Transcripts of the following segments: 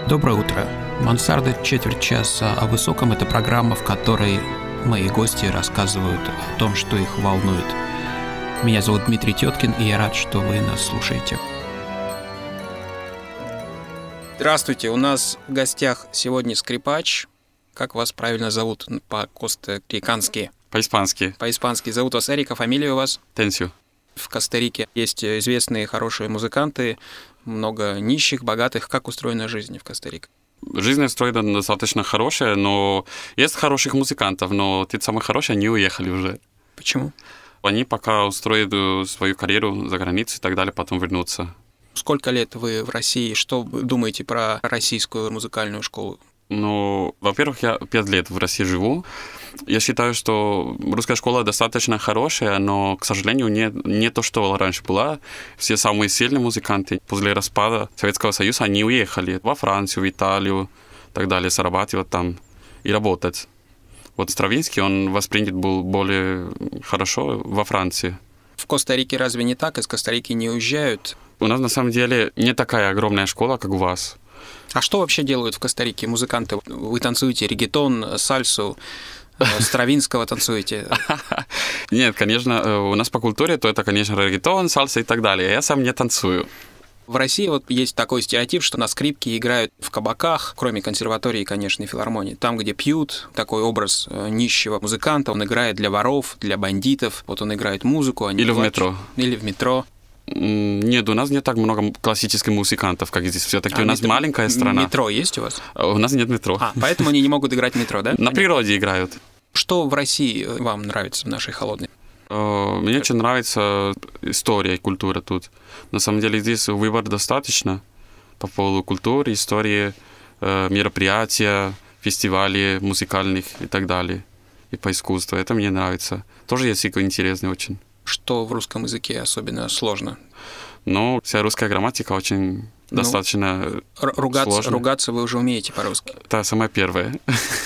Доброе утро. «Мансарда. Четверть часа о высоком» — это программа, в которой мои гости рассказывают о том, что их волнует. Меня зовут Дмитрий Теткин, и я рад, что вы нас слушаете. Здравствуйте, у нас в гостях сегодня скрипач. Как вас правильно зовут по-костарикански? По-испански. По-испански. Зовут вас Эрик, а фамилия у вас? Тенсио. В Коста-Рике есть известные хорошие музыканты, много нищих, богатых. Как устроена жизнь в Коста-Рике? Жизнь устроена достаточно хорошая, но есть хороших музыкантов, но те самые хорошие, они уехали уже. Почему? Они пока устроят свою карьеру за границей и так далее, потом вернутся. Сколько лет вы в России? Что вы думаете про российскую музыкальную школу? Ну, во-первых, я 5 лет в России живу. Я считаю, что русская школа достаточно хорошая, но, к сожалению, не то, что раньше была. Все самые сильные музыканты после распада Советского Союза, они уехали во Францию, в Италию и так далее, зарабатывать там и работать. Вот Стравинский, он воспринят был более хорошо во Франции. В Коста-Рике разве не так? Из Коста-Рики не уезжают? У нас, на самом деле, не такая огромная школа, как у вас. А что вообще делают в Коста-Рике музыканты? Вы танцуете реггетон, сальсу, Стравинского танцуете? Нет, конечно, у нас по культуре, то это, конечно, реггетон, сальса и так далее. Я сам не танцую. В России вот есть такой стереотип, что на скрипке играют в кабаках, кроме консерватории, конечно, и филармонии. Там, где пьют, такой образ нищего музыканта, он играет для воров, для бандитов. Вот он играет музыку, они Или плачут. в метро. Или в метро. Нет, у нас не так много классических музыкантов, как здесь. Все-таки у нас маленькая страна. Метро есть у вас? У нас нет метро. Поэтому они не могут играть в метро, да? На природе играют. Что в России вам нравится в нашей холодной? Мне очень нравится история и культура тут. На самом деле здесь выбор достаточно по поводу культуры, истории, мероприятия, фестивалей музыкальных и так далее. И по искусству. Это мне нравится. Тоже язык интересный очень. Что в русском языке особенно сложно? Ну, вся русская грамматика очень достаточно сложная. Ругаться вы уже умеете по-русски? Это самое первое,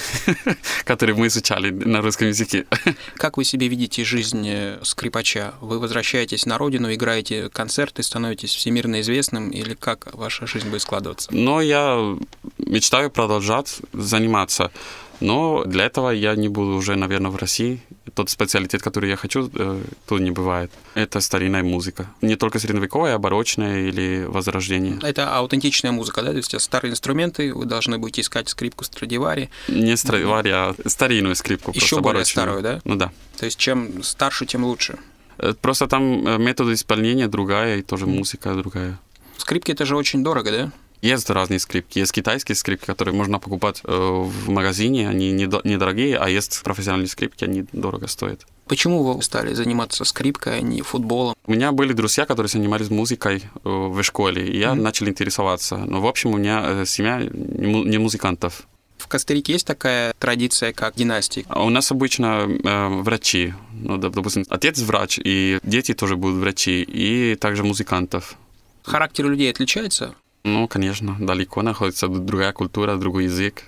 которое мы изучали на русском языке. Как вы себе видите жизнь скрипача? Вы возвращаетесь на родину, играете концерты, становитесь всемирно известным, или как ваша жизнь будет складываться? Но я мечтаю продолжать заниматься. Но для этого я не буду уже, наверное, в России. Тот специалитет, который я хочу, тут не бывает. Это старинная музыка. Не только средневековая, а барочная или возрождение. Это аутентичная музыка, да? То есть старые инструменты, вы должны будете искать скрипку Страдивари. Не Страдивари, а старинную скрипку. Еще более старую, да? Ну да. То есть чем старше, тем лучше. Просто там метод исполнения другая, и тоже музыка другая. Скрипки — это же очень дорого, да? Есть разные скрипки. Есть китайские скрипки, которые можно покупать в магазине. Они недорогие, а есть профессиональные скрипки, они дорого стоят. Почему вы стали заниматься скрипкой, а не футболом? У меня были друзья, которые занимались музыкой в школе, и я начал интересоваться. Но, в общем, у меня семья не музыкантов. В Коста-Рике есть такая традиция, как династия? У нас обычно врачи. Ну, допустим, отец врач, и дети тоже будут врачи, и также музыкантов. Характер у людей отличается? Ну, конечно, далеко находится другая культура, другой язык.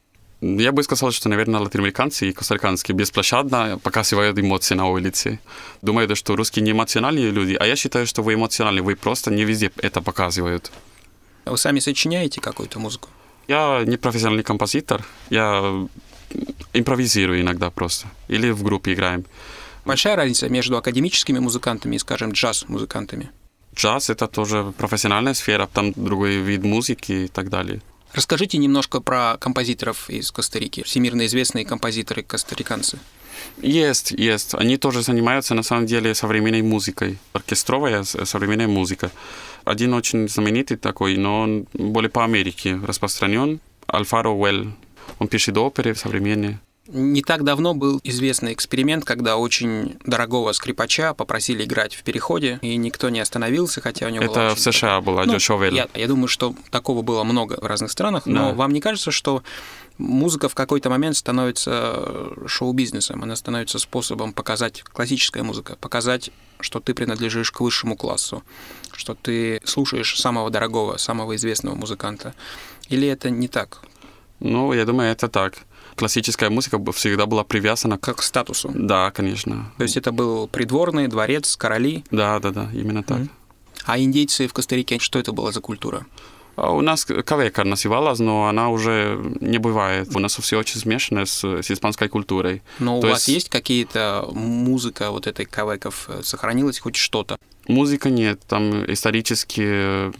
Я бы сказал, что, наверное, латиноамериканцы и костариканцы бесплощадно показывают эмоции на улице. Думаю, что русские не эмоциональные люди, а я считаю, что вы эмоциональны, вы просто не везде это показывают. Вы сами сочиняете какую-то музыку? Я не профессиональный композитор, я импровизирую иногда просто. Или в группе играем. Большая разница между академическими музыкантами и, скажем, джаз-музыкантами? Джаз — это тоже профессиональная сфера, там другой вид музыки и так далее. Расскажите немножко про композиторов из Коста-Рики, всемирно известные композиторы костариканцы. Есть. Они тоже занимаются, на самом деле, современной музыкой. Оркестровая современная музыка. Один очень знаменитый такой, но он более по Америке распространен. Альфаро Уэлл. Он пишет оперы современные. Не так давно был известный эксперимент, когда очень дорогого скрипача попросили играть в переходе, и никто не остановился, хотя у него это была в США была Джошуа Велл. Я думаю, что такого было много в разных странах, но вам не кажется, что музыка в какой-то момент становится шоу-бизнесом, она становится способом показать, классическая музыка, показать, что ты принадлежишь к высшему классу, что ты слушаешь самого дорогого, самого известного музыканта? Или это не так? Ну, я думаю, это так. Классическая музыка всегда была привязана к статусу. Да, конечно. То есть это был придворный, дворец, короли? Да, именно так. А индейцы в Коста-Рике, что это была за культура? У нас кавека называлась, но она уже не бывает. У нас все очень смешано с испанской культурой. Но у вас есть какие-то музыка вот этой кавеков? Сохранилось хоть что-то? Музыка нет, там исторические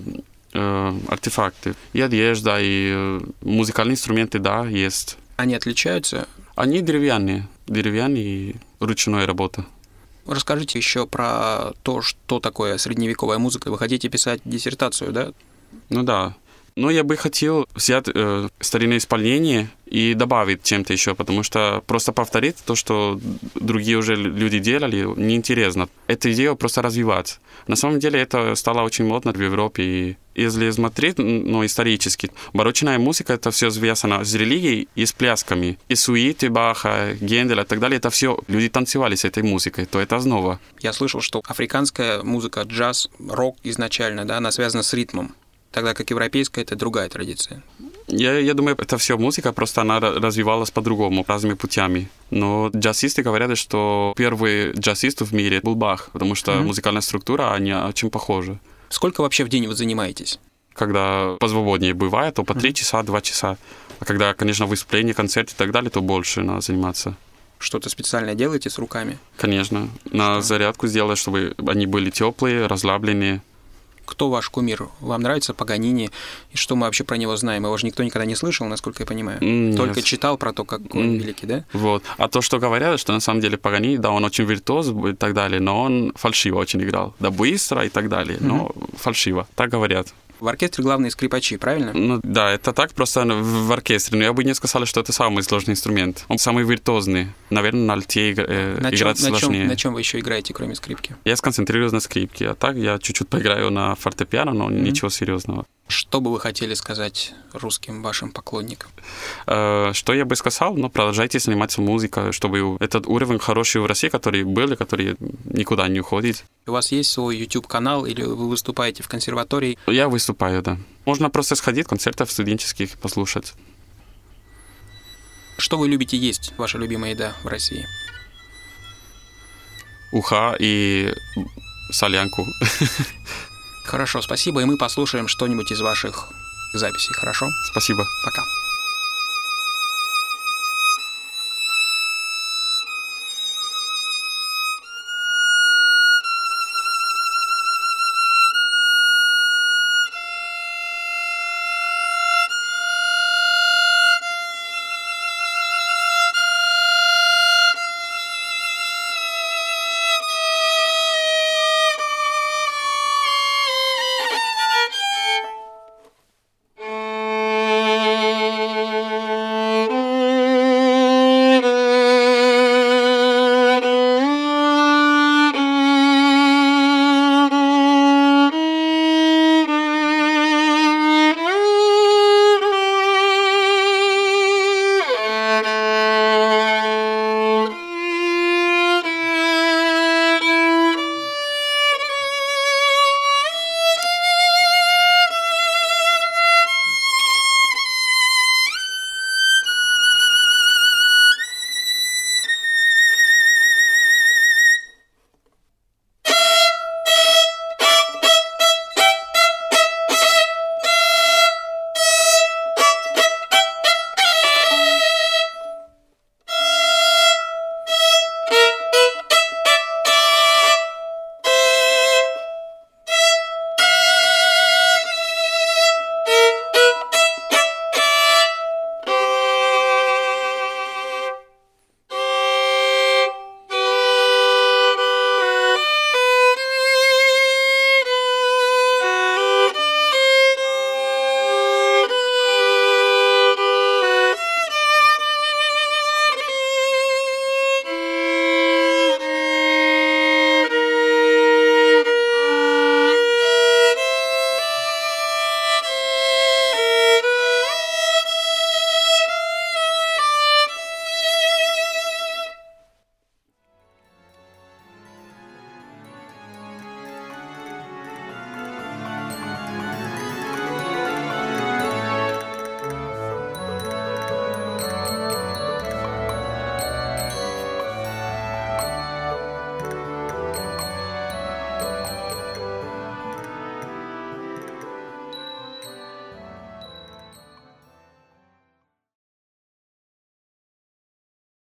артефакты. И одежда, и музыкальные инструменты, да, есть. Они отличаются? Они деревянные и ручной работа. Расскажите еще про то, что такое средневековая музыка. Вы хотите писать диссертацию, да? Ну да. Но я бы хотел взять старинное исполнение и добавить чем-то еще, потому что просто повторить то, что другие уже люди делали, неинтересно. Эту идею просто развивать. На самом деле это стало очень модно в Европе. И если смотреть, исторически, барочная музыка — это все связано с религией и с плясками. И сюиты Баха, Генделя и так далее, это все люди танцевали с этой музыкой, то это основа. Я слышал, что африканская музыка, джаз, рок изначально, да, она связана с ритмом, тогда как европейская — это другая традиция. Я думаю, это все музыка, просто она развивалась по-другому, разными путями. Но джазисты говорят, что первый джазист в мире был Бах, потому что музыкальная структура, они очень похожи. Сколько вообще в день вы занимаетесь? Когда посвободнее бывает, то по 3 часа, 2 часа. А когда, конечно, выступление, концерт и так далее, то больше надо заниматься. Что-то специальное делаете с руками? Конечно. На зарядку сделать, чтобы они были теплые, расслабленные. Кто ваш кумир? Вам нравится Паганини? И что мы вообще про него знаем? Его же никто никогда не слышал, насколько я понимаю. Нет. Только читал про то, как он великий, да? Вот. А то, что говорят, что на самом деле Паганини, да, он очень виртуоз и так далее, но он фальшиво очень играл. Да, быстро и так далее, но фальшиво. Так говорят. В оркестре главные скрипачи, правильно? Ну да, это так просто в оркестре, но я бы не сказал, что это самый сложный инструмент. Он самый виртуозный. Наверное, на альте играть сложнее. На чем вы еще играете, кроме скрипки? Я сконцентрируюсь на скрипке, а так я чуть-чуть поиграю на фортепиано, но ничего серьезного. Что бы вы хотели сказать русским вашим поклонникам? Что я бы сказал? Продолжайте заниматься музыкой, чтобы этот уровень хороший в России, который был, и который никуда не уходит. У вас есть свой YouTube-канал или вы выступаете в консерватории? Я выступаю, да. Можно просто сходить, концертов студенческих послушать. Что вы любите есть, ваша любимая еда в России? Уха и солянку. Хорошо, спасибо, и мы послушаем что-нибудь из ваших записей, хорошо? Спасибо. Пока.